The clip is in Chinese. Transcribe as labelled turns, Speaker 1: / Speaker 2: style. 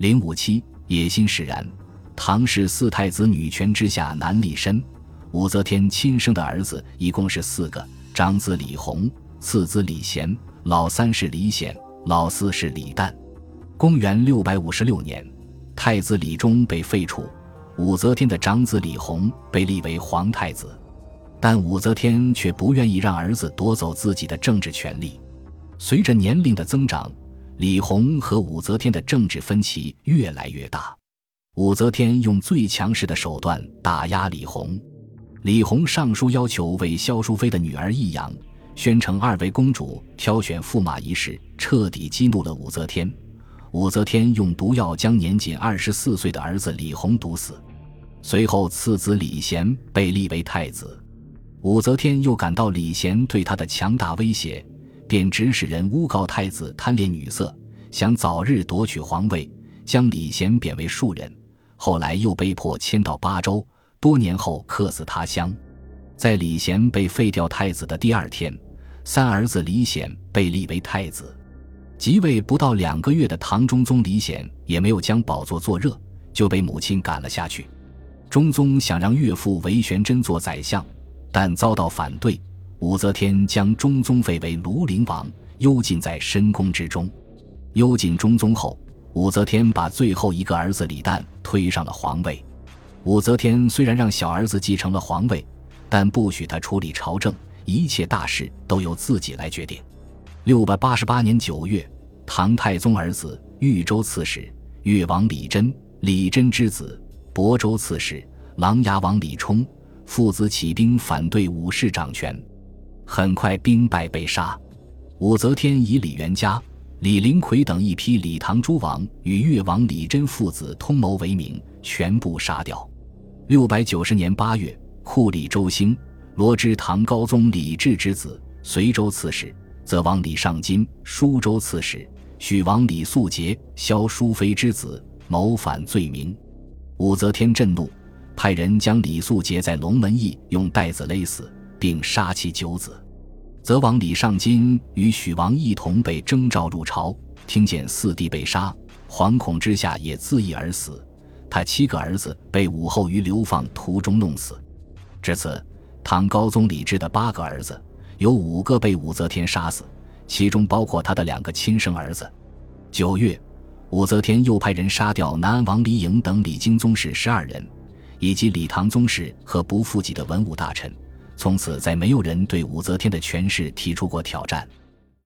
Speaker 1: 057野心使然，唐氏四太子女权之下难立身。武则天亲生的儿子一共是4个，长子李弘，次子李贤，老三是李显，老四是李旦。公元656年，太子李忠被废除，武则天的长子李弘被立为皇太子，但武则天却不愿意让儿子夺走自己的政治权利。随着年龄的增长，李弘和武则天的政治分歧越来越大。武则天用最强势的手段打压李弘。李弘上书要求为萧淑妃的女儿易阳宣称2位公主挑选驸马一事，彻底激怒了武则天。武则天用毒药将年仅24岁的儿子李弘毒死。随后次子李贤被立为太子。武则天又感到李贤对她的强大威胁，便指使人诬告太子贪恋女色，想早日夺取皇位，将李贤贬为庶人，后来又被迫迁到巴州，多年后客死他乡。在李贤被废掉太子的第2天，三儿子李显被立为太子。即位不到2个月的唐中宗李显也没有将宝座坐热，就被母亲赶了下去。中宗想让岳父韦玄真做宰相，但遭到反对，武则天将中宗废为庐陵王，幽禁在深宫之中。幽禁中宗后，武则天把最后一个儿子李旦推上了皇位。武则天虽然让小儿子继承了皇位，但不许他处理朝政，一切大事都由自己来决定。688年9月，唐太宗儿子豫州刺史越王李真，李真之子亳州刺史琅琊王李冲父子起兵反对武士掌权，很快兵败被杀。武则天以李元嘉、李林奎等一批李唐诸王与越王李真父子通谋为名，全部杀掉。690年8月，酷吏周兴、罗之唐高宗李治之子，随州刺史，则王李尚金，舒州刺史，许王李素节，萧淑妃之子，谋反罪名。武则天震怒，派人将李素节在龙门驿用带子勒死，并杀其9子。则王李尚金与许王一同被征召入朝，听见4弟被杀，惶恐之下也自缢而死。他7个儿子被武后于流放途中弄死。至此，唐高宗李治的8个儿子有5个被武则天杀死，其中包括他的2个亲生儿子。9月，武则天又派人杀掉南安王李颖等李京宗室12人，以及李唐宗室和不附己的文武大臣。从此再没有人对武则天的权势提出过挑战。